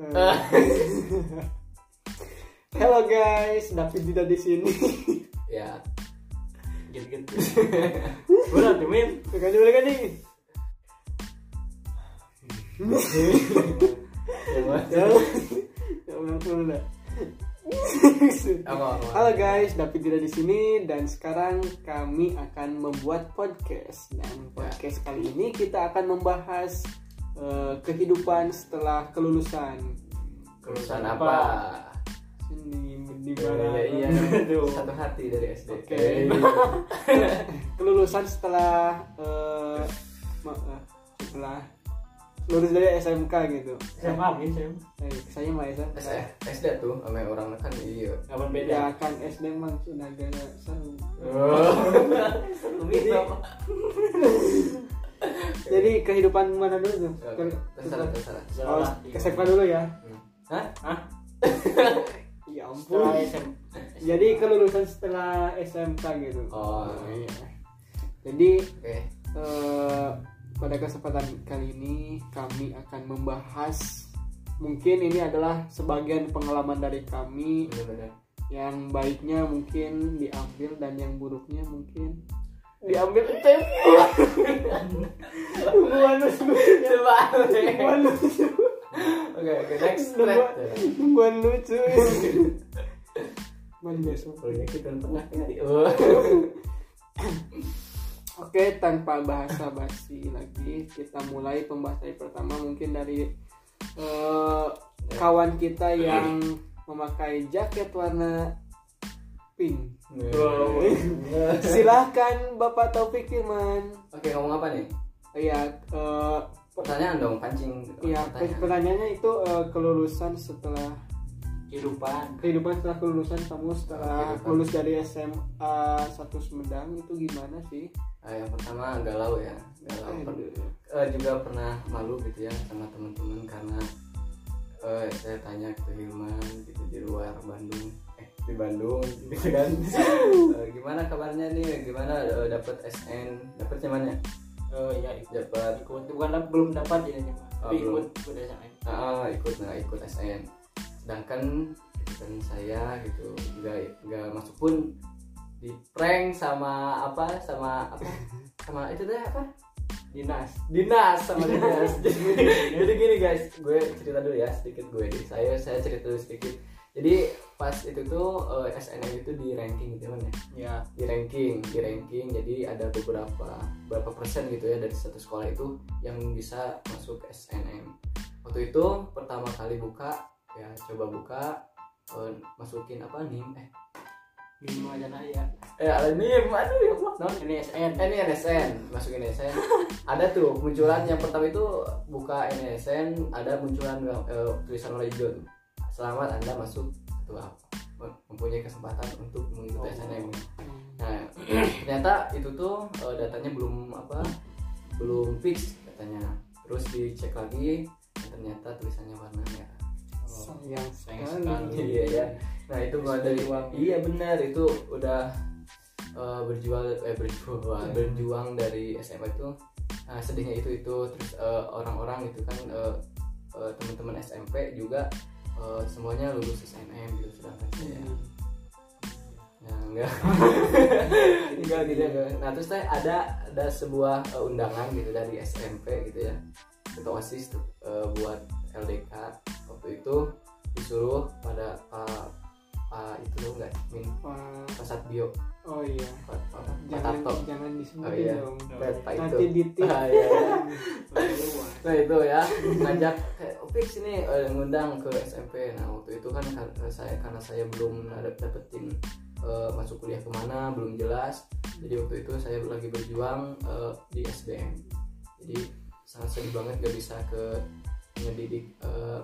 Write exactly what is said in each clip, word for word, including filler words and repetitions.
Halo guys, David tidak di sini. Ya. Gitu-gitu. Berat, Min. Bukan dulu kan nih. Ya, ya ulang dulu dah. Halo guys, David tidak di sini dan sekarang kami akan membuat podcast. Dan podcast kali ini kita akan membahas uh, kehidupan setelah kelulusan. Kelulusan apa? Ini di mana? Iya, iya. Satu hati dari S D. Oke. Okay. Kelulusan setelah uh, setelah lulus dari S M K gitu. S M A min saya. Eh, saya mah S M K. S D tuh sama orang kan iya. Kapan beda? Ya kan S D mah sudah gara seru. Oh. Jadi, jadi kehidupan mana dulu tuh? Terserah, terserah. Oh, ke S M K dulu ya. Hah? Hah? Ya ampun. S M K. Jadi kelulusan setelah S M K gitu. Oh, iya. Jadi oke. Okay. Uh, pada kesempatan kali ini kami akan membahas, mungkin ini adalah sebagian pengalaman dari kami. Benar-benar. Yang baiknya mungkin diambil dan yang buruknya mungkin diambil tempo. Tungguan lucunya. Tungguan lucu. Oke, oke, next. Tungguan lucu. Man besok. Kalau kita pernah kali. Oke, tanpa bahasa basi lagi, kita mulai pembahasan pertama mungkin dari uh, kawan kita yang memakai jaket warna pink. Wow. Silahkan Bapak Taufik Firman. Oke, ngomong apa nih? Iya, uh, pertanyaan dong, pancing. Iya, pertanyaannya itu uh, kelulusan setelah kehidupan. Kehidupan setelah kelulusan kamu setelah oh, lulus dari S M A satu Sumedang itu gimana sih? Uh, yang pertama galau ya, galau. Per, uh, juga pernah malu gitu ya sama teman-teman karena uh, saya tanya ke Hilman gitu di luar Bandung, eh di Bandung gitu kan. uh, gimana kabarnya nih? Gimana uh, dapat S N? Dapatnya mana? Oh iya, dapat ikut bukan belum dapat ini mah. Oh, Tapi belum. ikut ikut S M. Ah, ikut nah ikut S N. Sedangkan kan saya gitu nggak nggak masuk pun di prank sama apa sama apa sama itu deh apa Dinas. dinas sama dinas. Jadi gini guys, gue cerita dulu ya sedikit gue di saya saya cerita dulu sedikit. Jadi pas itu tuh uh, S N M itu di ranking gitu kan ya. Ya. Di ranking, di ranking. Jadi ada beberapa berapa persen gitu ya dari satu sekolah itu yang bisa masuk S N M. Waktu itu pertama kali buka ya coba buka uh, masukin apa nim eh Nim aja nah ya. eh ada nim aduh ya Allah Non ini S N. eh, ini N S N masukin N S N ada tuh munculan yang pertama itu buka N S N ada munculan uh, tulisan warna hijau selamat Anda masuk atau apa mempunyai kesempatan untuk mengikuti oh. S N M. Nah ternyata itu tuh uh, datanya belum apa belum fix katanya, terus dicek lagi ternyata tulisannya warna merah. Sayang Sayang sekali. Iya ya. Nah itu gua dari iya benar itu udah uh, berjual eh berjual berjuang dari S M A itu. Nah sedihnya itu itu terus uh, orang-orang itu kan uh, uh, teman-teman S M P juga uh, semuanya lulus S N M gitu sedangkan saya ya enggak enggak gitu ya. Nah terus saya ada ada sebuah uh, undangan gitu dari S M P gitu ya ketua OSIS tuh uh, buat L D K. Waktu itu disuruh pada uh, uh, itu loh nggak min Pak Satbio. Oh iya. Pak Pak Jangan Tato. jangan disebutin Oh, iya. dong. Pak itu. Nanti ditit. Ah, iya. Nah itu ya ngajak kayak oke sini uh, ngundang ke S M P. Nah waktu itu kan karena saya karena saya belum ada dapetin uh, masuk kuliah kemana belum jelas. Jadi waktu itu saya lagi berjuang uh, di S B M. Jadi sangat sedih banget gak bisa ke ngedidik uh,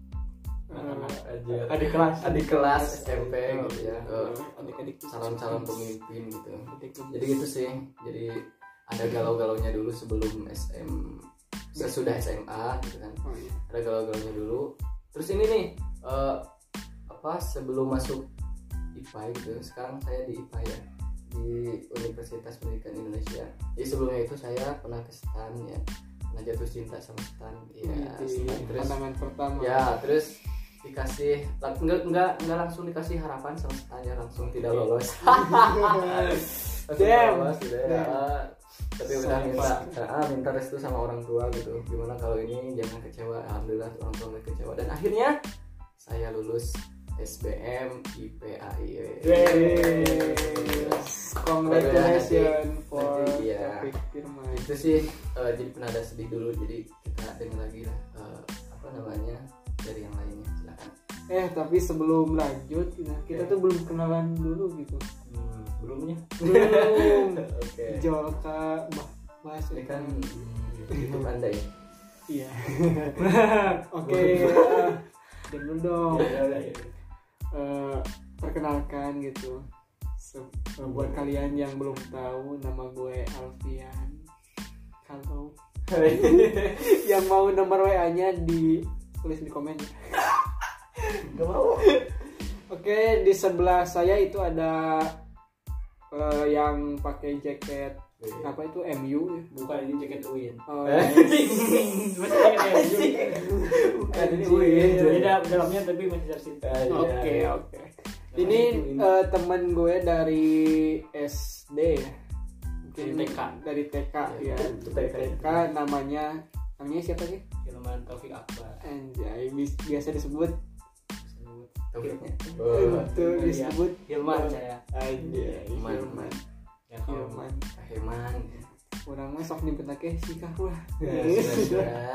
Uh, adik kelas adik kelas S M P oh, gitu ya uh, adik-adik calon-calon pemimpin gitu. Adik Jadi gitu sih. Jadi ada galau-galaunya dulu sebelum S M sesudah S M A gitu kan. Oh, iya. Ada galau-galaunya dulu. Terus ini nih uh, apa sebelum masuk I P A gitu. Sekarang saya di I P A ya di Universitas Pendidikan Indonesia. Jadi sebelumnya itu saya pernah ke STAN ya nah jatuh cinta sama stan ya Di terus pandangan pertama. ya terus dikasih lang- enggak enggak enggak langsung dikasih harapan sama stan ya langsung tidak lolos langsung tidak Damn. lolos gitu ya. Damn. Tapi udah minta ah, minta restu sama orang tua gitu gimana kalau ini jangan kecewa. Alhamdulillah orang tua nggak kecewa dan akhirnya saya lulus S B M I P A I. Yes. Congratulations for nanti, ya. Taufik Firman. Itu sih eh, jadi penada sedih dulu jadi kita dengar lagi lah eh, apa namanya dari yang lainnya silakan. Eh tapi sebelum lanjut nah, kita tuh belum kenalan dulu gitu. Hmm, belumnya. Belum. Oke. Jolka bah bahas Ini kan mm, YouTube Anda ya. Iya. Oke. eh, diam dulu dong. Eh, perkenalkan gitu. Se- buat kalian yang belum tahu nama gue Alfian. Kalau yang mau nomor W A-nya di tulis di komen. Gak mau. Oke, di sebelah saya itu ada eh, yang pakai jaket apa itu M U ya? Bukan ini jaket Uin. Oh, Masih jaket M U. Bukan ini Anjing. Uin. Beda dalamnya tapi masih jersey. Oke, oke. Ini eh, teman gue dari S D ya. Mungkin Dari T K. Dari T K Ya, ya. itu Dari T K. T K namanya namanya siapa sih? Hilman Taufik Akbar. Anjay, bis- biasa disebut Taufiknya. itu disebut Hilman saya. Anjay, Hilman. Hilman. Ya kalau Hilman. Kaheman. Orang mah sok nyebutake si Kahwa. Ya, sudah.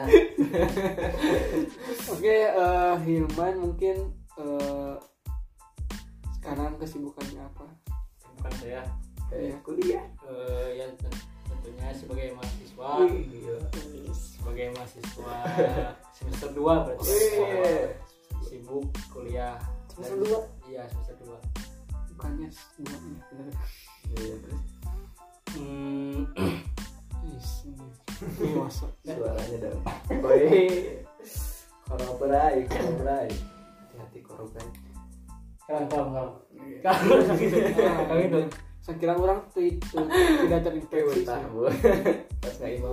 Oke, eh, Hilman mungkin eh, sekarang kesibukannya apa? bukan saya. Eh, kuliah. Eh, ya ten- tentunya sebagai mahasiswa, Wih, gila. sebagai mahasiswa semester dua berarti. Wih. Sibuk kuliah. Semester Dan- dua? Iya, semester dua. Bukannya dua ya, bener. Iya, terus Hmm, Is, ini masuk. suaranya dong. Woi. Korobrai, korobrai. Hati-hati korobrai. kalau kalau kalau kalau gitu, kalau gitu. Saya kira orang tuh itu tidak terinfeksi. Betah, Bu. Pas nggak imam.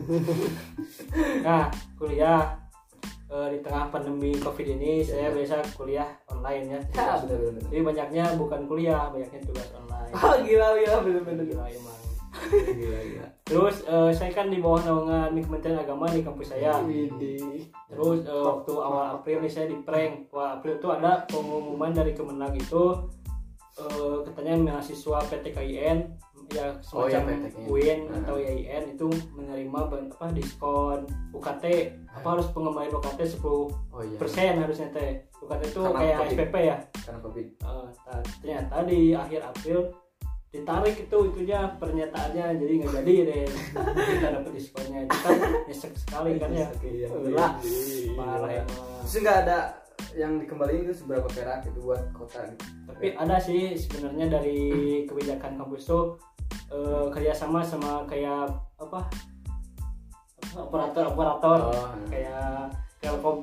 Nah, kuliah eh, di tengah pandemi Covid ini saya biasa kuliah online ya. Ya, benar-benar. Jadi banyaknya bukan kuliah, banyaknya tugas online. Oh, gila, gila, benar-benar. Gila emang. Gila, gila. Terus eh, saya kan di bawah naungan Kementerian Agama di kampus saya. Widih. Terus eh, waktu awal April nih saya di prank. Wah, April itu ada pengumuman dari Kemenag itu eh, katanya mahasiswa P T K I N ya Oh, ya, semacam P T K I N. U I N Nah. atau Y I N itu menerima ban- apa diskon U K T apa harus pengembalian U K T sepuluh Oh iya. persen harusnya teh. U K T itu Karena kayak Covid. S P P ya. Karena Covid. Eh, nah, ternyata di akhir April ditarik itu itunya pernyataannya jadi nggak jadi deh kita dapat diskonnya itu kan nyesek sekali kan ya. Iya. Gila. Widih. Parah emang. Terus nggak ada yang dikembaliin itu seberapa perak itu buat kota gitu. Tapi ada sih sebenarnya dari kebijakan kampus tuh eh, kerjasama sama kayak apa operator operator Oh. kayak Telkom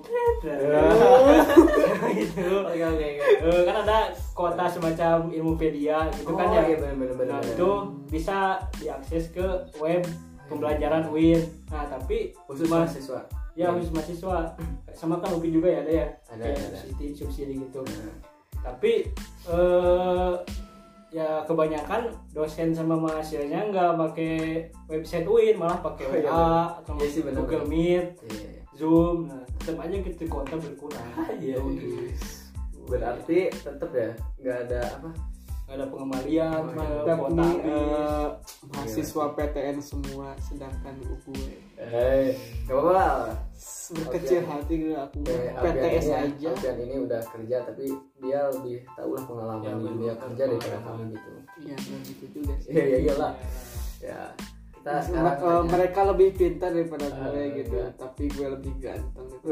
gitu. Oke, oke, oke. Eh, kan ada kuota semacam Ilmupedia gitu kan ya. Iya, benar benar Nah benar. itu bisa diakses ke web pembelajaran U I N. Nah tapi khusus mas- mahasiswa. ya khusus mahasiswa sama kan U P I juga ya ada ya. Ada, Kayak ada. subsidi subsidi gitu. Nah, Tapi eh, ya kebanyakan dosen sama mahasiswanya nggak pakai website U I N malah pakai Oh, W A iya, benar. atau Iya sih, benar, Google benar. Meet, Iya. Zoom. Nah tetap aja gitu kuota berkurang. Iya. Berarti tetap ya nggak ada apa? Nggak ada pengembalian Oh, ke Mantap kuota nih habis. eh, mahasiswa P T N semua sedangkan gue Eh, nggak apa-apa lah. berkecil Oke. hati gue aku Oke, P T S Alfian ini- aja. Alfian ini udah kerja tapi dia lebih tahu lah pengalaman Ya, di benar, dunia benar, kerja daripada benar. kami gitu. Iya nggak gitu juga sih. Iya iya iyalah. Ya kita sekarang Eh, tanya. mereka lebih pintar daripada gue Eh, gitu, enggak. tapi gue lebih ganteng. Gitu.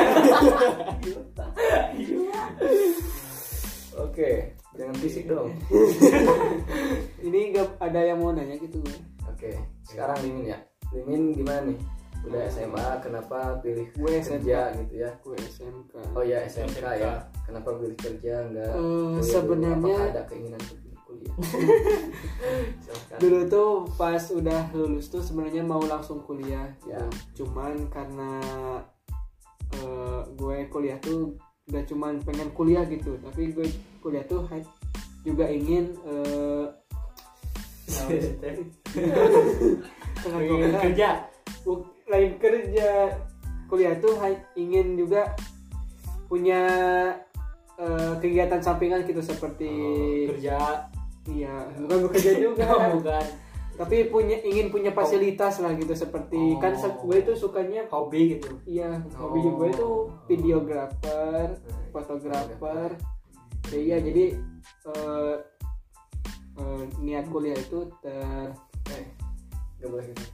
Oke, jangan fisik dong. Ini gak ada yang mau nanya gitu gue. Oke, sekarang Limin ya. Limin gimana nih? Udah S M A, kenapa pilih Gue S M K. kerja gitu ya? Gue S M K. Oh ya S M K S M K. ya. Kenapa pilih kerja enggak? Eh, kuliah dulu? sebenarnya- Apakah ada keinginan untuk kuliah. Dulu tuh pas udah lulus tuh sebenarnya mau langsung kuliah Ya. gitu. Cuman karena uh, gue kuliah tuh gak cuman pengen kuliah gitu, tapi gue kuliah tuh juga ingin uh, pengen kerja lain kerja. Kuliah tuh ingin juga punya uh, kegiatan sampingan gitu seperti oh, kerja. Iya, bukan bekerja juga. Oh, bukan. Tapi punya ingin punya fasilitas lah gitu seperti oh. kan gue itu sukanya hobi gitu. Iya, oh. hobi gue itu videografer, fotografer. Ya, iya, jadi uh, uh, niat kuliah itu ter eh, gak boleh gitu.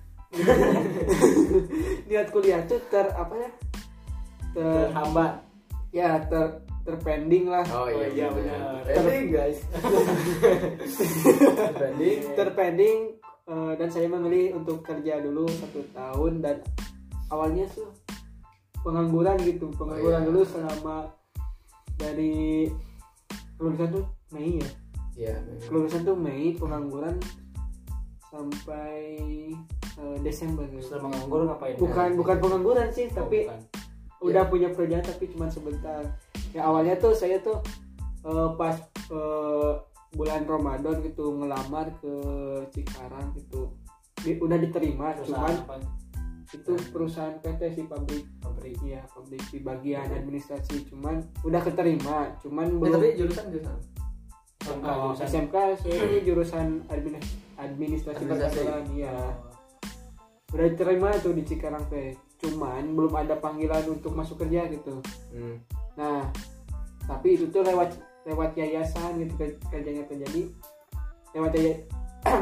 niat kuliah itu ter apa ya? Ter Terhambat. Ya, ter terpending lah. Oh iya, oh, iya benar. benar. Terpending guys. Terpending. Terpending uh, dan saya memilih untuk kerja dulu satu tahun dan awalnya tuh pengangguran gitu, pengangguran oh, iya. dulu selama dari kelulusan tuh Mei ya. Iya. Kelulusan tuh Mei, pengangguran sampai uh, Desember. Setelah menganggur ngapain? Bukan bukan pengangguran sih, oh, tapi bukan. udah ya. punya pekerjaan tapi cuma sebentar. Ya awalnya tuh saya tuh uh, pas uh, bulan Ramadan gitu ngelamar ke Cikarang gitu. Di, udah diterima, perusahaan cuman apa? Itu perusahaan P T sih, pabrik pabrik ya, pabrik di bagian administrasi, cuman udah keterima, cuman ya, belum. tapi jurusan jurusan Oh, S M K saya ini jurusan admin, administrasi perkantoran ya. Oh. Udah diterima tuh di Cikarang teh. Cuman belum ada panggilan untuk masuk kerja gitu. Hmm. Nah, tapi itu tuh lewat lewat yayasan gitu kerjanya terjadi lewat yayasan.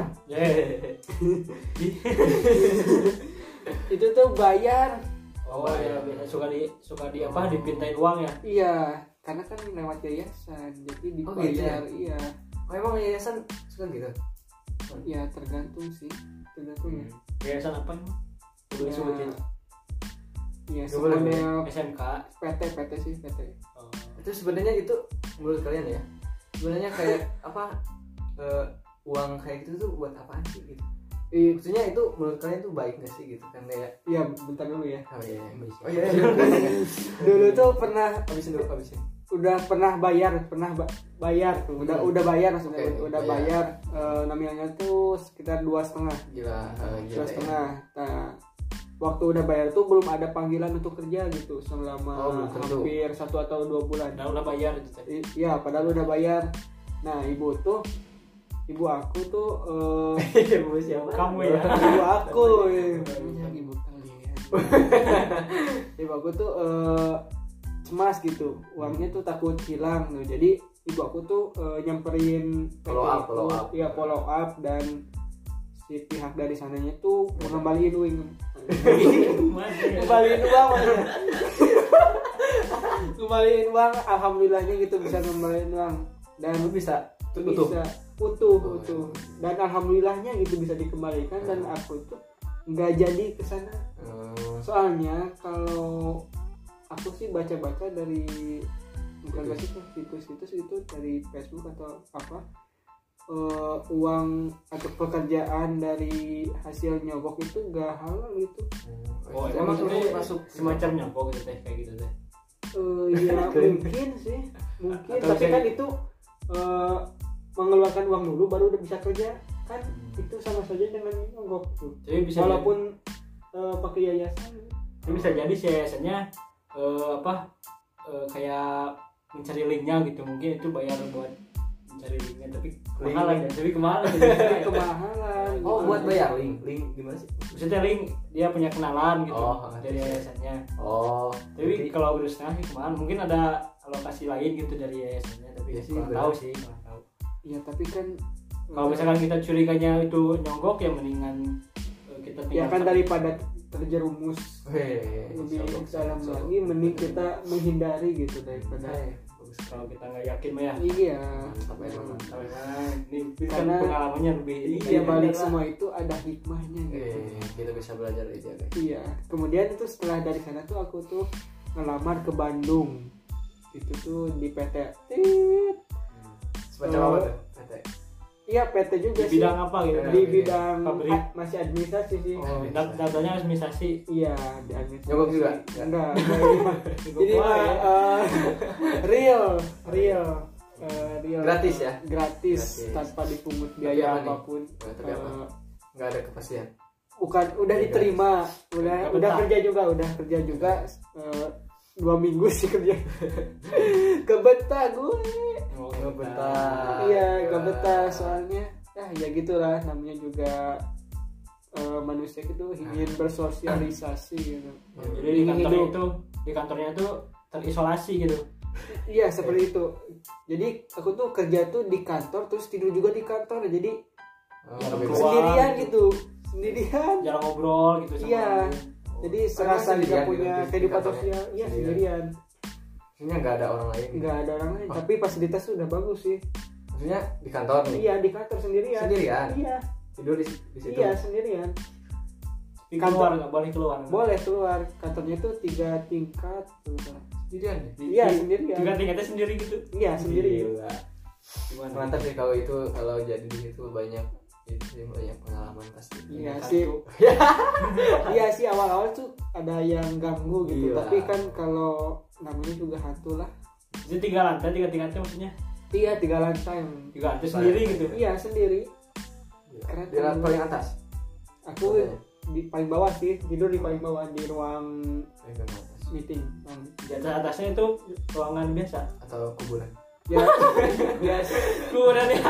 Itu tuh bayar. Oh, bayar. Ya, suka di suka di apa? Dipintain uang ya? Iya, karena kan lewat yayasan, jadi dibayar. Oh, gitu ya? Iya. Oh, emang yayasan suka gitu? Ya tergantung sih, tergantung hmm. ya. Yayasan apa nih? Boleh sebutin? Iya, sebenarnya S M K, P T, P T sih, P T. Oh. Itu sebenarnya itu menurut kalian ya? Sebenarnya kayak apa? Uh, uang kayak gitu tuh buat apaan sih gitu? I, maksudnya itu menurut kalian tuh baik nggak sih gitu kan ya? Iya, bentar dulu ya. Oh iya. Oh iya. Dulu tuh pernah habisin dulu habisin. Udah pernah bayar, pernah ba- bayar tuh, udah hmm. udah bayar maksudnya, okay, udah bayar, bayar uh, nominalnya tuh sekitar dua setengah. Gila, uh, dua setengah. Nah, waktu udah bayar tuh belum ada panggilan untuk kerja gitu selama oh, hampir satu atau dua bulan. Nah, udah bayar itu. Iya, padahal udah bayar. Nah, ibu tuh, ibu aku tuh, uh, ibu siapa? Kamu ya? Ibu aku, ya. Ibu kalian. Ibu aku tuh uh, cemas gitu, uangnya tuh takut hilang. Nah, jadi ibu aku tuh uh, nyamperin follow up, follow up. Ya follow up dan si pihak dari sananya tuh mengembaliin uang. Kembaliin uang maksudnya. Kembaliin uang, alhamdulillahnya gitu bisa kembaliin uang dan bisa tuh bisa utuh oh, utuh dan alhamdulillahnya gitu bisa dikembalikan hmm. dan aku tuh nggak jadi kesana. Hmm. Soalnya kalau aku sih baca-baca dari bukan baca situs-situs itu dari Facebook atau apa uh, uang atau pekerjaan dari hasil nyogok itu nggak halal gitu. Oh, emang itu masuk semacam nyogok gitu teh kayak gitu teh. Uh, ya mungkin sih mungkin atau tapi kan itu uh, mengeluarkan uang dulu baru udah bisa kerja kan hmm. itu sama saja dengan nyogok tuh. Jadi bisa walaupun uh, pakai yayasan. Jadi bisa jadi si yayasannya uh, apa uh, kayak mencari linknya gitu, mungkin itu bayar buat mencari linknya tapi kemahalan ya, tapi kemahalan. Kemahalan. Oh, buat bayar link, link gimana sih? Maksudnya link dia punya kenalan gitu oh, dari yayasannya. Oh. Tapi kalau udah setengah sih kemahalan, mungkin ada alokasi lain gitu dari yayasannya, tapi ya, kurang tahu sih, kurang tahu. Iya, tapi kan kalau misalkan kita curiganya itu nyogok ya mendingan kita ya kan daripada terjerumus Hey, lebih dalam lagi, mending kita menghindari gitu daripada hey, kalau kita nggak yakin mah ya. Iya. Sampai mana? Sampai mana? Ini karena pengalamannya lebih. Iya, balik semua itu ada hikmahnya gitu. Hey, kita bisa belajar dari dia. Iya. Kemudian itu setelah dari sana tuh aku tuh ngelamar ke Bandung. Itu tuh di P T. Tit. Semacam apa tuh? P T. Iya P T juga di sih. bidang apa gitu? Di bidang pabrik. a- masih administrasi sih. Oh, Dat- datanya administrasi. Iya di administrasi. Nyogok juga? Enggak. enggak, ini mah. Jadi Gua mah ya. eh, real, real, Eh, real. Gratis ya? Gratis, Gratis. tanpa dipungut Tapi biaya apa nih? apapun. Oh, tapi apa? Eh, Nggak ada kepastian. bukan udah Gratis. diterima, udah Nggak udah betah. kerja juga, udah kerja juga eh, dua minggu sih kerja. Kebetah gue. Oh, Nggak betah. Iya, Gila. gak betah soalnya. Ah ya gitulah, namanya juga eh, manusia itu ingin bersosialisasi gitu. Ya, jadi di Ingin kantornya hidup. itu di kantornya itu terisolasi gitu. Iya seperti itu. Jadi aku tuh kerja tuh di kantor terus tidur juga di kantor. Jadi Oh, Ya, lebih keluar. sendirian gitu, sendirian. Jarang ngobrol gitu sama Iya. orang. Jadi Oh, serasa emang tidak sendirian punya gitu di kehidupan kantornya? sosial. Iya Sendirian. sendirian. Maksudnya nggak ada orang lain. Nggak ada orang lain. Oh. Tapi fasilitas tuh udah bagus sih. Maksudnya di kantor nih. Iya di kantor sendirian. Sendirian? Iya. Tidur di, di situ. Iya sendirian. Tapi Kantor. keluar nggak boleh keluar. Boleh keluar. Kantornya tuh tiga tingkat. tuh. Sendirian ya? Di- Iya di- sendirian. Juga tingkatnya sendiri gitu. Iya sendiri. Gila. Gimana? Mantap sih kalau itu, kalau jadi di situ banyak itu sih, banyak pengalaman pasti. Iya Satu. sih. Iya sih awal-awal tuh ada yang ganggu gitu. Iya. Tapi kan kalau namanya juga hantu lah. Jadi tiga lantai, tiga tingkatnya maksudnya Iya tiga lantai. tiga lantai sendiri gitu. Iya sendiri. Keren. Di lantai paling atas. Aku di paling bawah sih, tidur di paling bawah di ruang Paling paling atas. meeting. Hmm. Di atas atasnya itu ruangan biasa. Atau kuburan. Ya, biasa. Kemudian ya.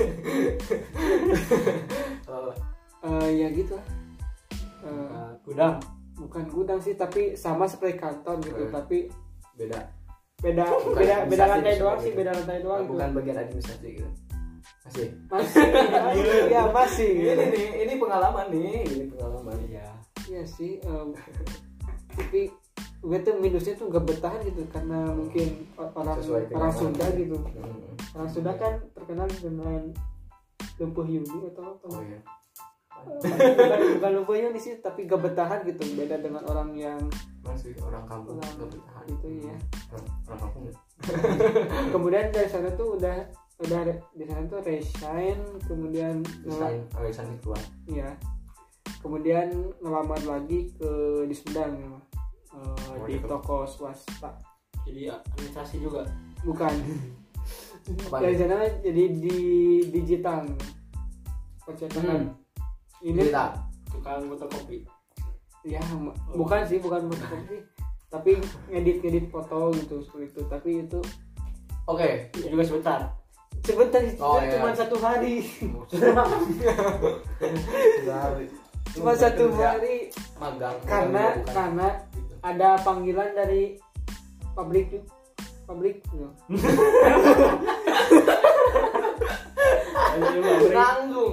Oh, Eh, ya gitu lah. Eh, Nah, gudang. bukan gudang sih, tapi sama seperti kantor gitu. Eh. Tapi beda. beda Bukan beda beda administrasi lantai gitu. doang sih, beda lantai doang. Oh, bukan gitu. bagian administrasi gitu. Masih. Masih, masih, ya masih. Ini nih, ini pengalaman nih, ini pengalaman. Iya. Iya sih. em, tapi gue tuh minusnya tuh gak bertahan gitu karena mungkin orang Sesuai orang kenyamanan. Sunda gitu. Hmm. Orang Sunda kan terkenal dengan lumpuh Yuni atau apa? Oh iya. bukan, bukan lumpuh Yuni sih, tapi gak bertahan gitu. Beda dengan orang yang Masih orang kampung orang nggak bertahan. gitu ya. Orang, orang kampung nggak? Kemudian dari sana tuh udah udah re- di sana tuh resign, kemudian Desain, oh desain keluar. ya. Kemudian ngelamar lagi ke di Sumedang ya. Eh, Oh, di gitu. toko swasta. Jadi administrasi juga. Bukan. Apa Dari nih? sana jadi di digital. Percetakan. Ini Cerita. Tukang fotokopi. ya ma- bukan sih, bukan fotokopi. Tapi ngedit-ngedit foto gitu seperti itu. Tapi itu Oke. Itu juga sebentar. sebentar itu Oh, iya. cuma satu hari. Dari- Cuma satu kerja. hari Magang. karena Bukan. karena Gitu. ada panggilan dari pabrik ju- pabrik gitu. Tanggung.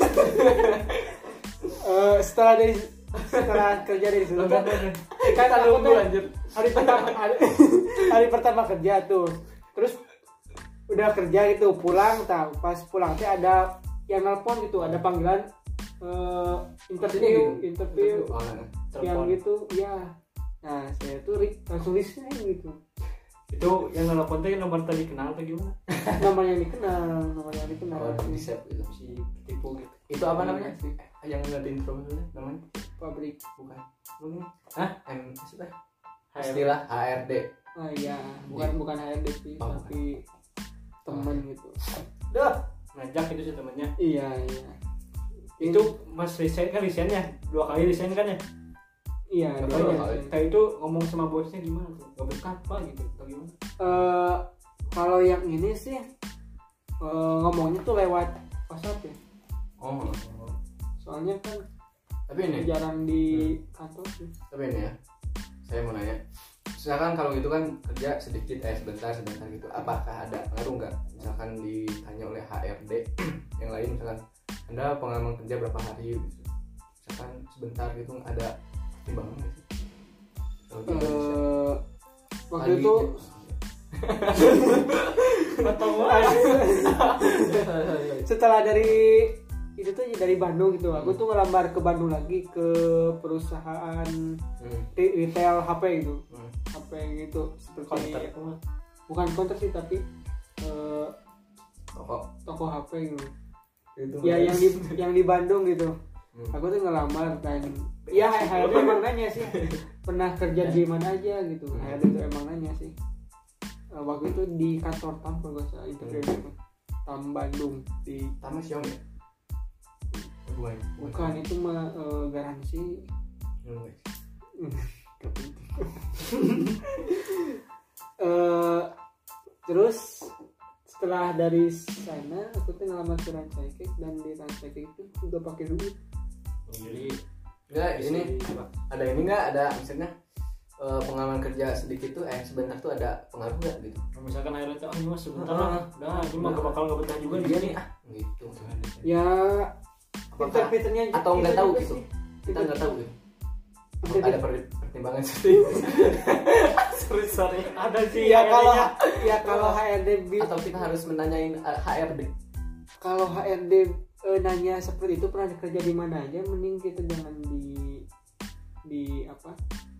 Eh, setelah dari setelah kerja dari situ kan kan aku tuh hari pertama hari, hari pertama kerja tuh terus udah kerja gitu pulang tahu pas pulang tuh ada yang nelpon gitu ada panggilan eh, interview Ini gitu? interview Oh, iya. yang Telepon. gitu ya nah saya tuh ri- langsung resign gitu Itu yang nelfon teh nomor tadi kenal atau gimana? namanya dikenal namanya dikenal Oh, di save gitu. Si tipu gitu. Itu apa namanya? sih Yang nggak di intro dulu namanya? pabrik Bukan. Bukan. Hah? M apa? H R. Istilah H R D. ah iya bukan bukan H R D sih Oh, tapi temen gitu Duh, ngajak itu sih temannya. iya iya Itu Mas resign kan resign ya? Dua kali resign kan ya? iya Apa dua dua kali. kali? Kayak itu ngomong sama bosnya gimana tuh? Gak betah apa gitu atau gimana? Eh, kalau yang ini sih eh, ngomongnya tuh lewat WhatsApp ya Oh. soalnya kan Tapi ini, jarang di kantor sih tapi ini ya. Saya mau nanya. Misalkan kalau gitu kan kerja sedikit eh sebentar sebentar gitu. Apakah ada pengaruh nggak? Misalkan ditanya oleh H R D yang lain misalkan Anda pengalaman kerja berapa hari gitu. Misalkan sebentar gitu ada pertimbangan nggak sih? Kalau di Indonesia. Eh, waktu Lagi- itu setelah dari itu tuh dari Bandung gitu aku tuh ngelamar ke Bandung lagi ke perusahaan Hmm. re- retail H P gitu Hmm. H P gitu seperti Counter itu mah. bukan counter sih tapi eh, Rokok. toko H P gitu Itu ya yang di yang di Bandung gitu. Hmm. Aku tuh ngelamar dan ya H R D emang nanya sih pernah kerja di mana aja gitu. H R D itu emang nanya sih. Uh, waktu itu di kantor T A M kalau nggak salah itu kayak gitu. T A M Bandung di T A M Xiong ya? Bukan, bukan itu mah uh, garansi. uh, terus setelah dari sana aku tuh ngelamar ke Ranchai Cake dan di Ranchai Cake itu juga pakai duit. Jadi enggak ini ada ini enggak ada misalnya uh, pengalaman kerja sedikit tuh eh sebentar tuh ada pengaruh enggak gitu. Misalkan akhirnya tuh ah ini mah sebentar lah. Udah ini mah gak bakal enggak betah juga dia nih ah gitu. Ya pinter-pinternya atau enggak tahu gitu. Kita enggak tahu gitu. Ada pertimbangan sih. sorry sorry ada sih ya kalau ya kalau H R D atau kita harus menanyain H R D. Kalau H R D eh, nanya seperti itu pernah kerja di mana aja, mending kita jangan di di apa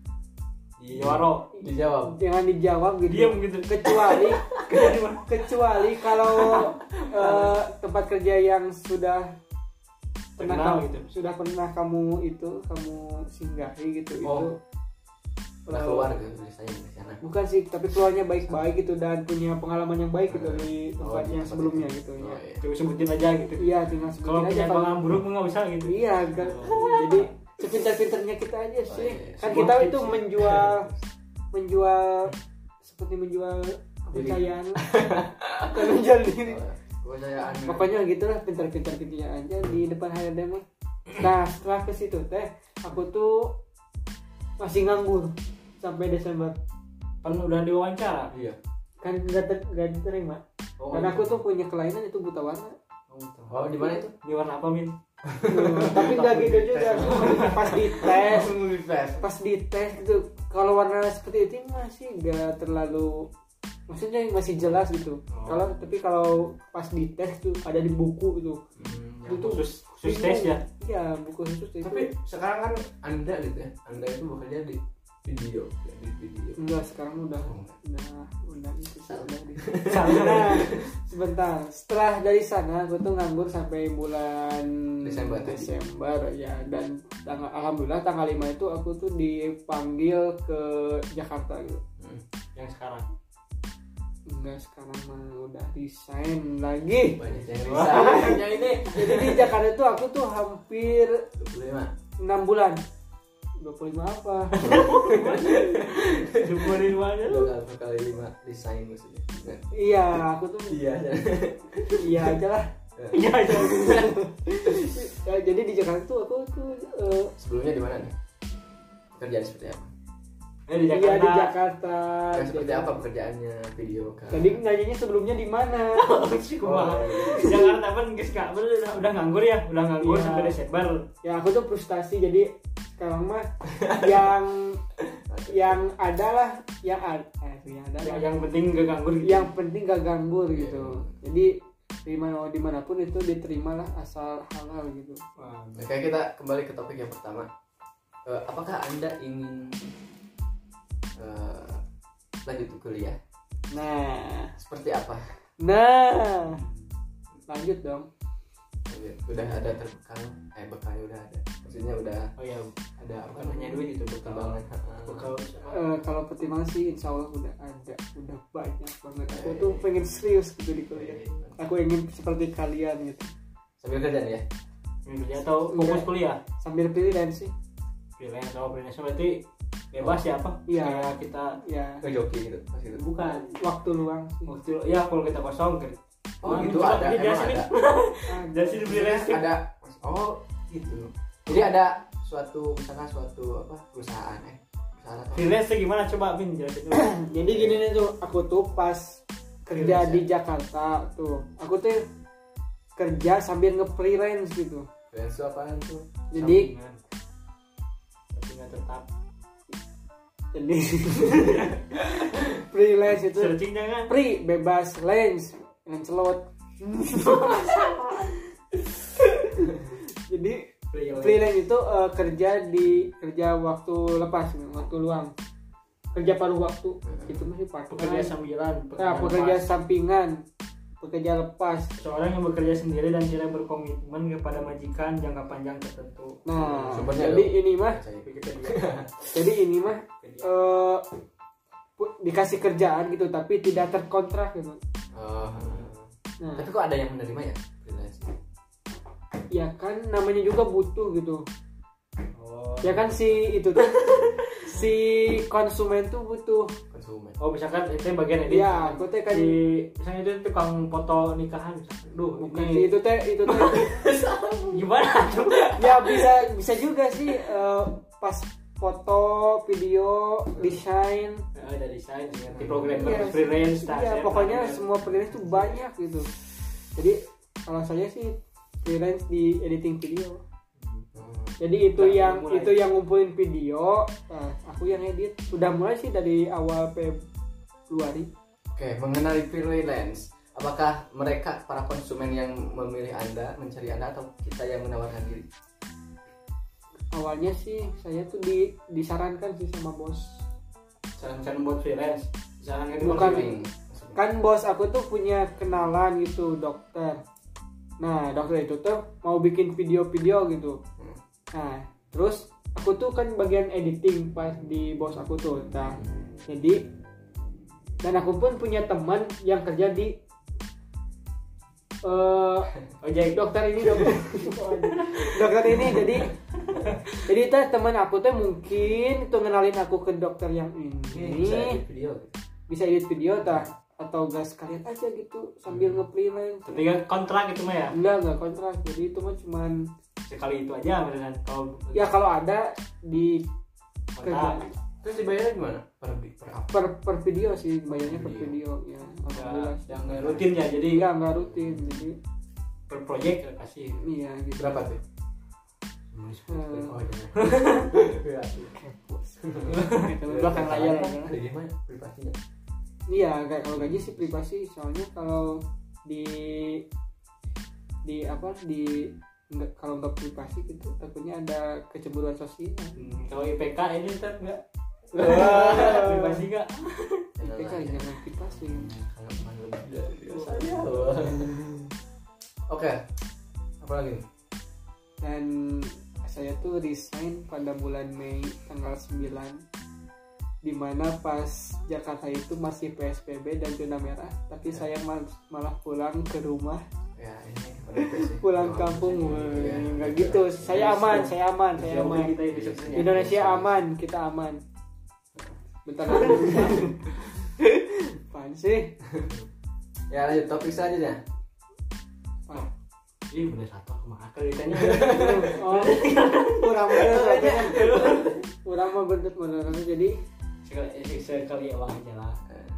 di waro dijawab jangan dijawab gitu. Diam gitu. Kecuali kecuali kalau eh, tempat kerja yang sudah pernah kamu, gitu. Sudah pernah kamu itu kamu singgahi gitu. Oh. Itu pernah keluar gitu misalnya di sana. Bukan sih, tapi keluarnya baik-baik gitu dan punya pengalaman yang baik gitu dari tempat oh, yang sebelumnya itu. gitu oh, ya. Iya. Coba sebutin aja gitu. Iya, tinggal sebutin kalau aja. Kalau punya pengalaman buruk enggak bisa gitu. Iya, kan. Oh. Jadi sepintar-pintarnya kita aja sih. Oh, iya. Kan kita itu menjual menjual seperti menjual kepercayaan. Kan menjual diri. Kepercayaan. Pokoknya gitulah, pintar-pintar kita aja di depan H R D mah. Nah, setelah ke situ teh aku tuh masih nganggur sampai Desember. Kan udah diwawancara. Iya. Kan nggak ter- nggak diterima. Oh, dan aku tuh punya kelainan itu buta warna. Oh, di mana itu? Di warna apa, Min? Hmm, tapi nggak gitu juga. Pas dites, pas dites gitu. Kalau warna seperti itu masih nggak terlalu, maksudnya masih jelas gitu. Oh. Kalau tapi kalau pas dites tuh ada di buku itu. Hmm, itu khusus khusus tes ya? Iya, buku khusus itu. Tapi sekarang kan Anda gitu ya, Anda itu bekerja di video, ya, di video. Enggak, sekarang udah oh. udah udah itu udah di. Nah, sebentar. Setelah dari sana gue tuh nganggur sampai bulan Desember Desember ya, dan tanggal alhamdulillah tanggal lima itu aku tuh dipanggil ke Jakarta gitu. Hmm. Yang sekarang enggak, sekarang mah udah resign lagi. Banyak yang resign ya ini. Jadi di Jakarta tuh aku tuh hampir dua puluh lima enam bulan. dua puluh lima apa? dua puluh lima aja lu. dua kali lima resign maksudnya. Iya, aku tuh iya aja. Iya aja lah. Iya aja. Ya, jadi di Jakarta tuh aku tuh uh, sebelumnya di mana nih? Pekerjaan seperti apa? Eh, di Jakarta. Iya, di Jakarta. Ya, seperti apa pekerjaannya video kan? Tadi nanyanya sebelumnya di mana? Oh, Jakarta apa guys, Kak? Udah udah nganggur ya? Udah nganggur iya. Sampai Desember. Ya, aku tuh frustasi, jadi sekarang mah yang yang adalah yang ada eh, yang ada yang, yang penting gak nganggur gitu. Yang penting gak nganggur gitu. Jadi di mana dimanapun itu diterimalah asal halal gitu. Wah, oke, kita kembali ke topik yang pertama. Uh, apakah Anda ingin uh, lanjut kuliah? Nah, seperti apa? Nah, lanjut dong. Udah ada terbekal, eh bekalnya udah ada. Maksudnya udah. Oh ya, ada apa bukan hanya duit itu pertimbangan. Bekal. Uh, kalau pertimbangan sih insya Allah udah ada, udah banyak banget. Aku tuh pengen serius gitu di kuliah. Aku ingin seperti kalian gitu. Sambil kerja nih ya? Sambil kerja atau fokus kuliah? Sambil freelance sih. Freelance atau freelance berarti bebas ya apa? Iya. Kayak kita ya ngejoki gitu, pas gitu. Bukan, waktu luang sih. Waktu ya kalau kita kosong kan. Oh nah, gitu ada, emang jelasin, ada. Jadi freelance ada. Oh gitu. Jadi ada suatu misalkan suatu apa perusahaan eh perusahaan apa? Freelance gimana coba Bin jelasin dulu. Jadi gini nih tuh, aku tuh pas kerja freelance, di ya? Jakarta tuh, aku tuh kerja sambil nge-freelance gitu. Freelance itu apaan tuh? Jadi tapi nggak tetap. Jadi freelance itu searching jangan. Free, bebas, lens, Lancelot. Jadi freelance itu uh, kerja di kerja waktu lepas, waktu luang, kerja paruh waktu. Itu masih part pekerja sambilan. Nah, pekerja sampingan. pekerja lepas. Seorang yang bekerja sendiri dan tidak berkomitmen kepada majikan jangka panjang tertentu. Nah, Sumbernya jadi dong. ini mah, Wikipedia. jadi ini mah eh, pu- dikasih kerjaan gitu, tapi tidak terkontrak gitu. Oh. Nah, Tapi kok ada yang menerima ya freelance? ya kan namanya juga butuh gitu. Oh. Ya kan si itu tuh si konsumen tuh butuh. Konsumen. Oh, misalkan itu bagian edit. Ya, aku teh kan di misalnya itu tukang foto nikahan misalkan. Duh, bukan ini sih, itu teh itu teh gimana tuh? ya bisa bisa juga sih eh, pas foto, video, desain. Nah, ada desain, ganti programmer, Iya, freelance, ya, pokoknya semua freelance tuh banyak gitu. Jadi kalau saya sih freelance di editing video. Jadi itu Udah yang mulai. itu yang ngumpulin video, nah, aku yang edit. Sudah mulai sih dari awal Februari. Oke, mengenali freelance. Apakah mereka para konsumen yang memilih Anda, mencari Anda, atau kita yang menawarkan diri? Awalnya sih saya tuh di, disarankan sih sama bos. saran-saran buat freelance. Misalkan itu Bukan. konsumen. Kan bos aku tuh punya kenalan gitu, dokter. Nah, dokter itu tuh mau bikin video-video gitu. Nah, terus aku tuh kan bagian editing pas di bos aku tuh. Nah, jadi dan aku pun punya teman yang kerja di eh Ojek. dokter ini dokter dokter ini jadi jadi teh teman aku teh mungkin tuh ngenalin aku ke dokter yang ini Bisa edit video. bisa edit video tah atau gak sekalian aja gitu sambil nge-freelance. Tapi kan kontrak itu mah ya. Enggak enggak kontrak, jadi itu mah cuman Sekali itu aja beneran kalau ya kalau ada di kontrak. kerja Terus dibayarnya gimana? Per per apa? per per video sih, bayarnya per Video. video ya. Nggak- Alhamdulillah. yang nggak rutin ya, jadi Iya nggak rutin, jadi per project ya kasih. iya gitu. Berapa tuh? Eh, Oh, jangan. gitu, belakang layar ya. Ada di mana privasinya? Iya, kayak kalau gaji sih privasi, soalnya kalau di di apa di enggak kalau nggak privasi gitu takutnya ada kecemburuan sosial. Hmm, kalau I P K ini ntar nggak privasi nggak? Tapi kan jangan privasi. Kalau malu biasanya. Oke. Apa lagi? Dan saya tuh resign pada bulan Mei tanggal sembilan, dimana pas Jakarta itu masih P S B B dan zona merah, tapi saya mal- malah pulang ke rumah, Ya ini pada sih. pulang kampung. Iya. Nggak gitu, saya aman, saya aman, saya Siapa aman. kita itu sebenarnya? Indonesia aman, kita aman. Bentar lagi. Apaan sih? Ya lanjut topik selanjutnya. Apaan? Ih, bener satu aku mah kalau ditanya. Oh, kurang bener, kurang mah bener-bener. Jadi sekali sekali ulang aja lah.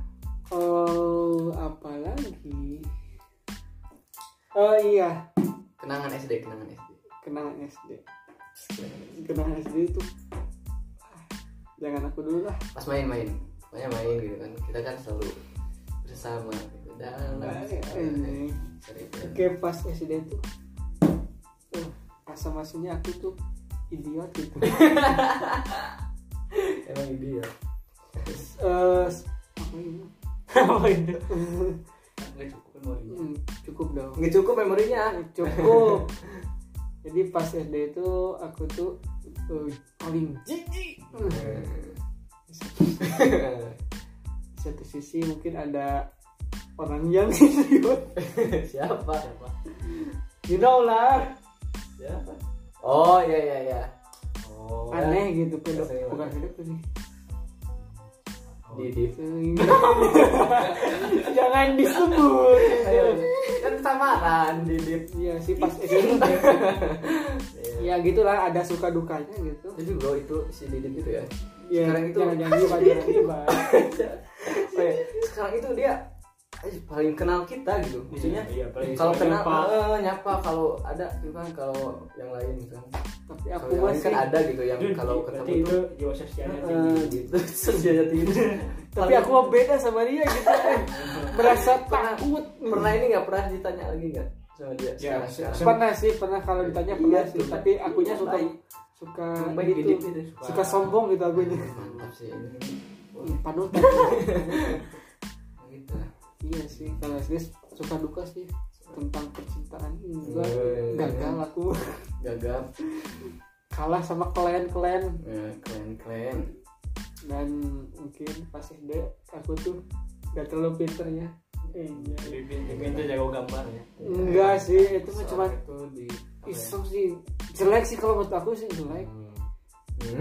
oh apa lagi? Oh iya, Kenangan S D, kenangan S D. kenangan S D. Kenangan S D itu ah, jangan aku dulu lah. Pas main-main, pokoknya main gitu kan. Kita kan selalu bersama gitu. Dalam Ini. cerita. Oke, pas S D tuh tuh masa-masanya aku tuh idiot gitu. Emang ide ya. Eh, apa ini? Apa itu? Nggak cukup memorinya. Hmm, cukup dong. Nggak cukup memorinya. Cukup. Jadi pas S D itu aku tuh uh, paling jijik. Di satu sisi mungkin ada orang yang idiot. Siapa? Siapa? You know lah. Siapa? Oh iya iya iya. Oh. Aneh gitu pedok. Rasanya Bukan mana? pedok sih. Didi. Jangan disebut. Ayo, kan samaran Didit. Iya sih pas S D. Ya gitulah, ada suka dukanya gitu. Itu bro itu si Didit itu ya. Ya, Sekarang itu jangan jangan jangan jangan. Oh, ya. Sekarang itu dia eh, paling kenal kita gitu. Maksudnya Iya, paling kalau suka kenal nyapa. eh, nyapa kalau ada gitu kan, kalau yang lain gitu kan. Tapi Kalau aku yang lain masih kan ada gitu yang Itu kalau berarti ketemu itu tuh jiwa sosialnya eh, tinggi. gitu senjata tinggi. tapi aku mah beda sama dia gitu. Eh, merasa Pernah- takut. Pernah ini nggak pernah ditanya lagi nggak sama dia? Ya, Sekarang sekarang. Pernah sih, pernah kalau ditanya pernah Iya, sih, tuh. tapi akunya suka Baik. suka Baik gitu, Didit itu. suka sombong gitu akunya. Mantap sih ini. Panutan. Gitu. Iya sih, kalau S D suka duka sih tentang percintaan juga gagal aku gagal kalah sama klien-klien ya, keren-keren dan mungkin pas S D aku tuh gak terlalu pinter ya itu jago gambar ya enggak sih itu mah cuma itu di iseng sih jelek sih kalau menurut aku sih jelek Hmm.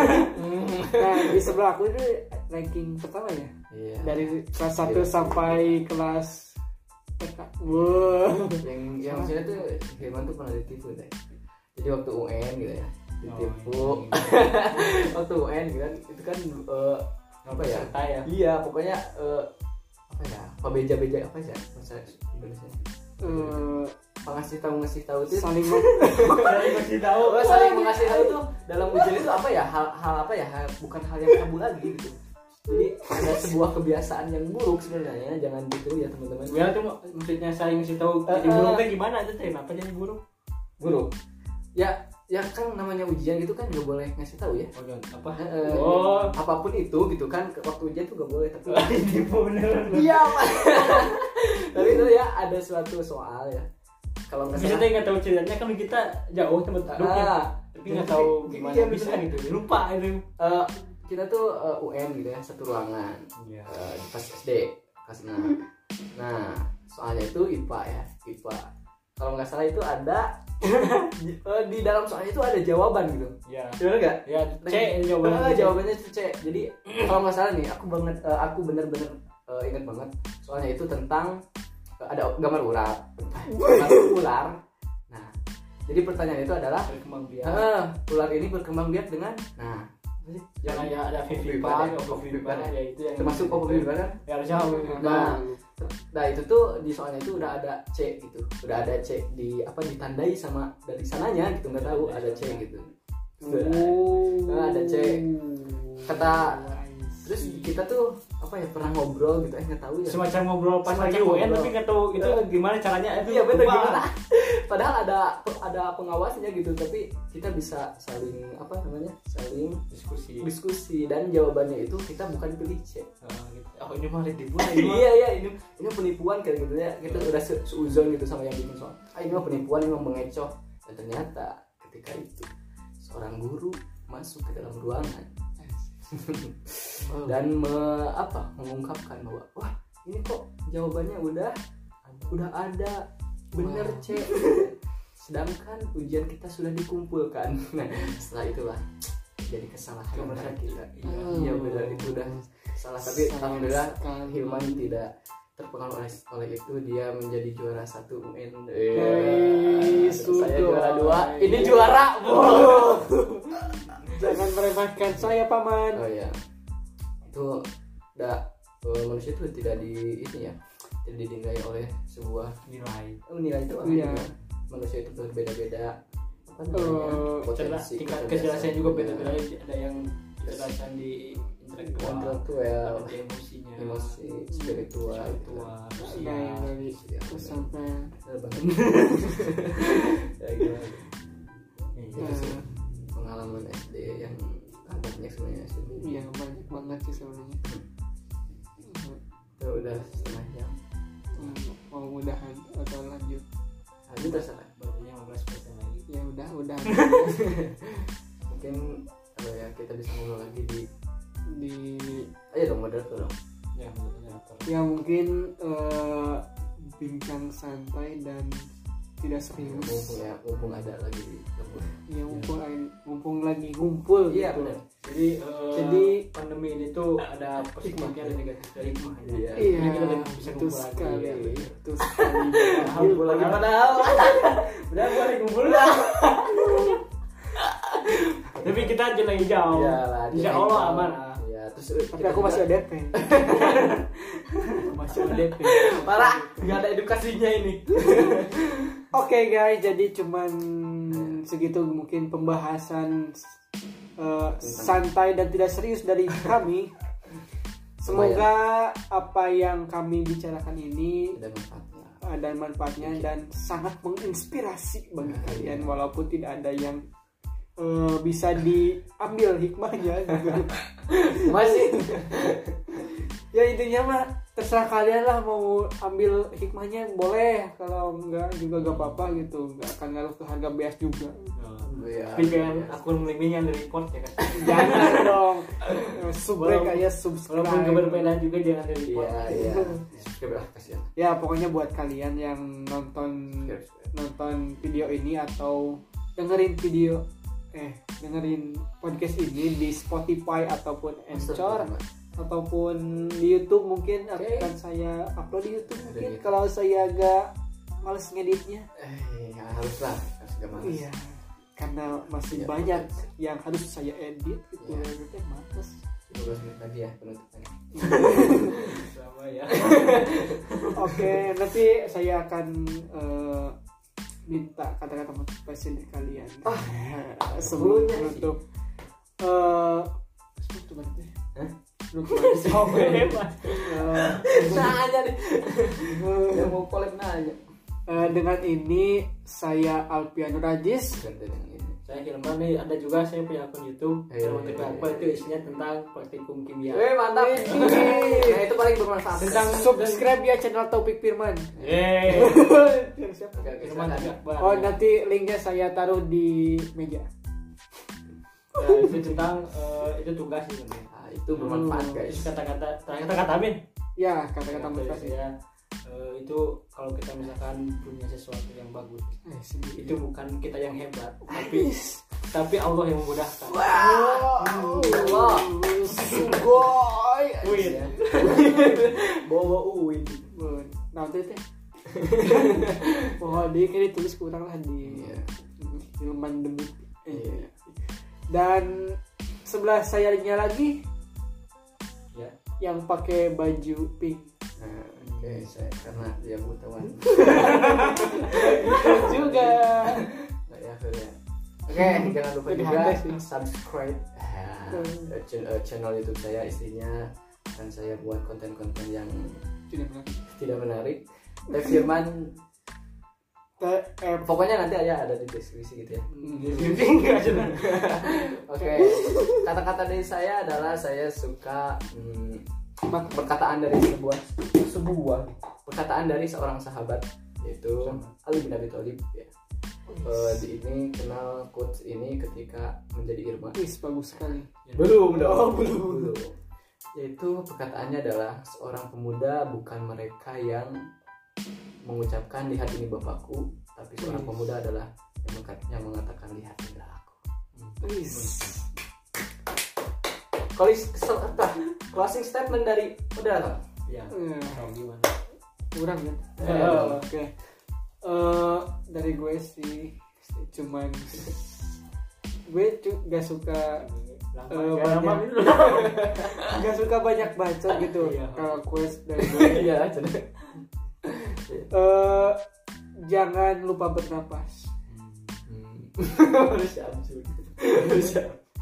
nah di sebelah aku itu ranking pertama ya Iya. dari kelas satu Iya. sampai kelas T K. Wow. yang yang maksudnya tuh Hilman tuh pernah ditipu deh. Jadi waktu U N gitu ya ditipu. Oh, Waktu U N gitu kan itu kan uh, apa ya? Peserta ya Iya pokoknya uh, apa ya? Pebeja-beja apa sih? Bahasa Indonesia. Eh, Pengasih tahu ngasih tahu itu saling mem- saling kasih tahu oh, saling mengasih tahu tuh dalam ujian itu apa ya? Hal hal apa ya? Hal, bukan hal yang tabu lagi gitu. Jadi ada sebuah kebiasaan yang buruk sebenarnya, jangan gitu ya teman-teman. ya tuh maksudnya saling kasih tahu Uh, jadi uh. buruknya gimana tuh teh kenapa jadi buruk Buruk. Ya, ya kan namanya ujian gitu kan nggak boleh ngasih tahu ya. oh jangan apa Eh, oh apapun itu gitu kan waktu ujian tuh nggak boleh tapi tipu bener iya Pak. Tapi itu ya ada suatu soal ya. Kalau nggak bisa salah teh nggak tahu ceritanya kan kita jauh tempat duduknya ah, tapi nggak tahu Iya, gimana iya, bisa bener. gitu lupa itu eh, kita tuh eh, U N gitu ya satu ruangan iya eh, pas S D kelas enam. Nah soalnya itu I P A ya I P A. Kalau nggak salah itu ada eh, di dalam soalnya itu ada jawaban gitu. iya Bener nggak? ya C Eh, jawabannya jawabannya itu C. Jadi kalau nggak salah nih, aku banget, eh, aku bener-bener eh, ingat banget. Soalnya itu tentang eh, ada gambar ular, gambar ular. Nah, jadi pertanyaan itu adalah, berkembang biak eh, ular ini berkembang biak dengan, nah, apa sih? jangan ya ada Ovivipan, vivipan ya, ovivipan ovivipan. ya itu yang termasuk ovivipan kan? ya harusnya ovivipan Nah, nah itu tuh di soalnya itu udah ada C gitu, udah ada C di apa ditandai sama dari sananya gitu nggak tahu ada C gitu. Nah, ada C. Kata terus kita tuh apa ya pernah ngobrol gitu eh nggak tahu ya semacam ngobrol pas Semacam lagi U N ngobrol. tapi nggak tahu itu gimana caranya itu iya bener lupa. gimana padahal ada ada pengawasnya gitu tapi kita bisa saling apa namanya saling diskusi diskusi dan jawabannya itu kita bukan pilih C. oh, gitu. oh ini mah ditipu ini mah. iya iya ini ini penipuan kayak gitu ya kita udah se- seuzon gitu sama yang bikin soal ah ini mah penipuan ini mah mengecoh dan ternyata ketika itu seorang guru masuk ke dalam ruangan dan me, apa mengungkapkan bahwa wah ini kok jawabannya udah udah ada bener Wow. C sedangkan ujian kita sudah dikumpulkan. Nah setelah itulah jadi kesalahan Kebenaran kita kita. iya benar itu udah salah tapi Sayang alhamdulillah sekali. Hilman tidak terpengaruh oleh, oleh itu dia menjadi juara satu U N. Hei, Saya sudah. juara dua ini juara wow. Jangan meremehkan saya paman. Oh iya, itu udah uh, manusia itu tidak di ini ya, tidak dinilai oleh sebuah nilai oh, nilai itu Iya. manusia itu berbeda-beda apa namanya Uh, potensi tingkat kecerdasan kejelasan juga punya. beda-beda ada yang kejelasan di intelektual Intelektual, ada di emosinya emosi, spiritual, spiritual Ada sosial yang dari Iya, sampai benar banget. Ya, gimana? Itu sih eh, pengalaman S D yang ah, banyak sebenarnya S D. iya banyak banget sih sebenarnya. Ya udah setengah jam. Hmm, mau mudahan atau lanjut Lanjut terserah. berarti lima belas persen lagi ya udah udah Mungkin apa ya kita bisa ngobrol lagi di di ayo dong moderator dong. ya moderator ya mungkin eh, bincang santai dan tidak Mumpung serius ya, mumpung ada lagi di lembur. ya mumpung mumpung lagi ngumpul Iya gitu. benar. jadi eh, Jadi, pandemi ini tuh ada positifnya dan negatifnya hikmahnya Iya. Iya, Jadi kita lagi bisa itu ngumpul lagi, sekali, ya, bener. itu sekali. Ngumpul lagi padahal. udah boleh ngumpul lah tapi kita jalan hijau Iya lah. insya jadi Allah kalau- aman ah. Iya, terus Tapi aku masih O D P. masih O D P parah, nggak ada edukasinya ini. Oke guys, jadi cuman segitu mungkin pembahasan uh, santai dan tidak serius dari kami. Semoga apa yang kami bicarakan ini Ada manfaatnya. ada manfaatnya dan sangat menginspirasi bagi kalian walaupun tidak ada yang uh, bisa diambil hikmahnya gitu. Masih. Ya intinya mah terserah kalian lah, mau ambil hikmahnya boleh, kalau enggak juga gak apa-apa gitu, nggak akan ngaruh ke harga beas juga. Oh, Iya. tapi jangan akun meme yang di report ya kan. Jangan dong, subrek aja subscribe. Walaupun berbeda juga jangan di report. Iya iya. Subscribe lah kasihan. Ya pokoknya buat kalian yang nonton nonton video ini atau dengerin video eh dengerin podcast ini di Spotify ataupun Anchor ataupun di YouTube, mungkin Okay. akan saya upload di YouTube Ada mungkin di- kalau saya agak males ngeditnya. Eh, ya harus lah, harus gak malas. Iya, karena masih Iya, banyak betul. yang harus saya edit gitu. Iya. Editnya males. lima belas menit lagi ya penutupannya. Sama ya. Oke, nanti saya akan eh, minta kata-kata motivasi dari kalian. Ah, sebelum sebelumnya menutup. Eh, sebelum tuh berarti. Hah? Sebelum tuh berarti. Hebat. Eh, Nanya nih. eh, Yang mau collab nanya. eh, dengan ini saya Alpiano Rajis. Ganti dengan ini. Saya Hilman nih, ada juga saya punya akun YouTube. Eh, Channel T P eh, apa eh. itu isinya tentang praktikum kimia. Eh mantap. Wih. Nah itu paling bermanfaat. Tentang subscribe ya channel Taufik Firman. Eh, Siapa? Oke, oke, Hilman silakan. juga. Oh nanti linknya saya taruh di meja. Nah, itu tentang eh, itu tugas sih sebenarnya. Nah, itu bermanfaat Itu guys. kata-kata kata-kata Amin. Ya kata-kata motivasi. ya. Eh, itu kalau kita misalkan punya sesuatu yang bagus, Eh, sendiri. itu bukan kita yang hebat, tapi tapi Allah yang memudahkan. Wow. Allah. Sugoi. Win. Bawa uin. Nah itu teh. Mohon di kini tulis kurang lah di Iya. Hilman demi. Iya. Dan sebelah sayanya lagi Ya. yang pakai baju pink. Nah, oke, saya karena dia butawan. Juga. Nah, ya, ya. Oke, jangan lupa Lebih juga handai sih. subscribe ah, eh, ch- eh, channel YouTube saya, istrinya akan saya buat konten-konten yang Tidak benar. tidak menarik. Teh Firman, Te- eh, pokoknya nanti aja ada di deskripsi gitu ya. Enggak jelas. Oke, kata-kata dari saya adalah saya suka hmm, perkataan dari sebuah sebuah perkataan dari seorang sahabat, yaitu Ali bin Abi Thalib ya. Eh, di ini kenal quotes ini ketika menjadi Irma. Wih, bagus sekali. Belum dong. Oh, belum. Yaitu perkataannya adalah seorang pemuda bukan mereka yang mengucapkan lihat ini bapakku, tapi seorang Yes. pemuda adalah yang, mengkat- yang mengatakan lihat inilah aku. Wih. Kalau kesel apa? Closing statement dari udah kan? Ya. Eh, Tahu gimana? kurang kan? Eh, Eh, Oke. Eh, dari gue sih cuman gue cu- gak suka Lama, Eh, ya, lama banyak. dulu. gak suka banyak bacot gitu. Iya. Kalau quest dari gue Iya, jadi eh, jangan lupa bernapas. harus absurd. Harus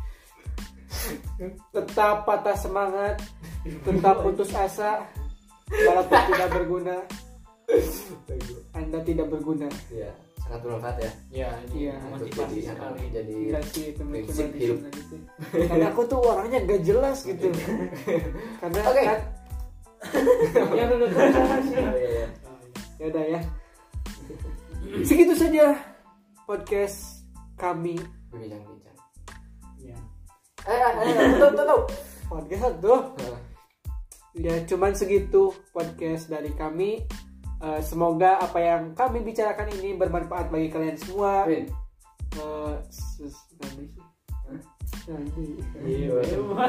Tetap patah semangat, tetap putus asa, walaupun tidak berguna, Anda tidak berguna. Iya, sangat bermanfaat ya. Ya, ini Iya. motivasi Jadi, sekali. jadi Gila sih itu prinsip cuma hidup. di gitu. Karena aku tuh orangnya gak jelas gitu. Karena Oke. kan ya udah udah sih. Oh, iya, iya. Ya udah ya. Segitu saja podcast kami. Bincang-bincang. Ya. Eh, eh, eh, tutup, tutup. Podcast tuh. Nah, Ya cuman segitu podcast dari kami. Eh, semoga apa yang kami bicarakan ini bermanfaat bagi kalian semua. Win. Eh, sus- nanti sih. Hah? Nanti. Iya.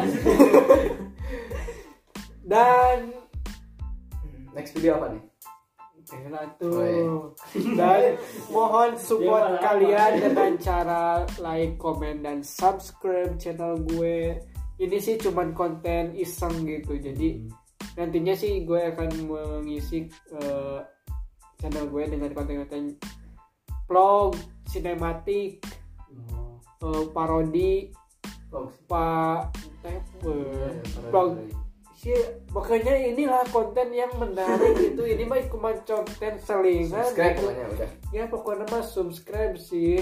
Dan Next video apa nih? enak Oh, iya. tuh. Dan mohon support Dia malah kalian apa? dengan cara like, comment, dan subscribe channel gue. Ini sih cuman konten iseng gitu. Jadi nantinya sih gue akan mengisi eh, channel gue dengan konten-konten vlog, sinematik, eh, parodi, Vlog. pak, eh, Iya, vlog. Sih, pokoknya inilah konten yang menarik gitu. Ini mah cuma konten selingan. Subscribe gitu. pokoknya udah. Ya pokoknya mah subscribe sih.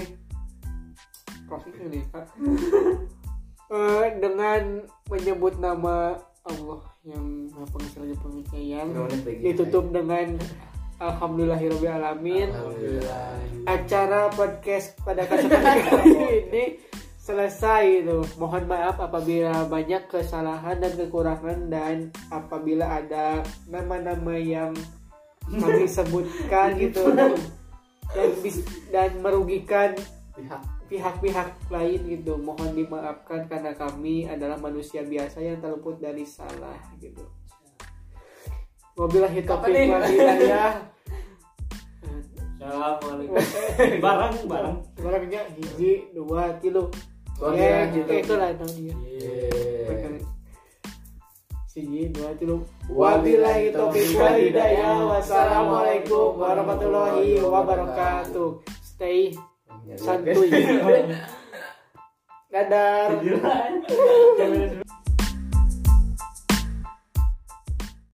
Profit ini Kak. Eh, dengan menyebut nama Allah yang Maha Pengasih lagi Penyayang. Berapa menit lagi? Ditutup dengan alhamdulillahirabbil alamin. Alhamdulillah. Acara podcast pada kesempatan kali ini selesai itu. Mohon maaf apabila banyak kesalahan dan kekurangan, dan apabila ada nama-nama yang kami sebutkan gitu dan bis, dan merugikan Pihak pihak-pihak lain gitu, mohon dimaafkan karena kami adalah manusia biasa yang terluput dari salah gitu. Wabillahi taufiq wal hidayah. Assalamualaikum. barang barang Barangnya hiji dua tilu. Ya, Ya, itu lah dia. Yeay. Siji dua tilu. Wabillahi taufiq wal hidayah. Wassalamualaikum warahmatullahi wabarakatuh. Stay santuy. Dadah.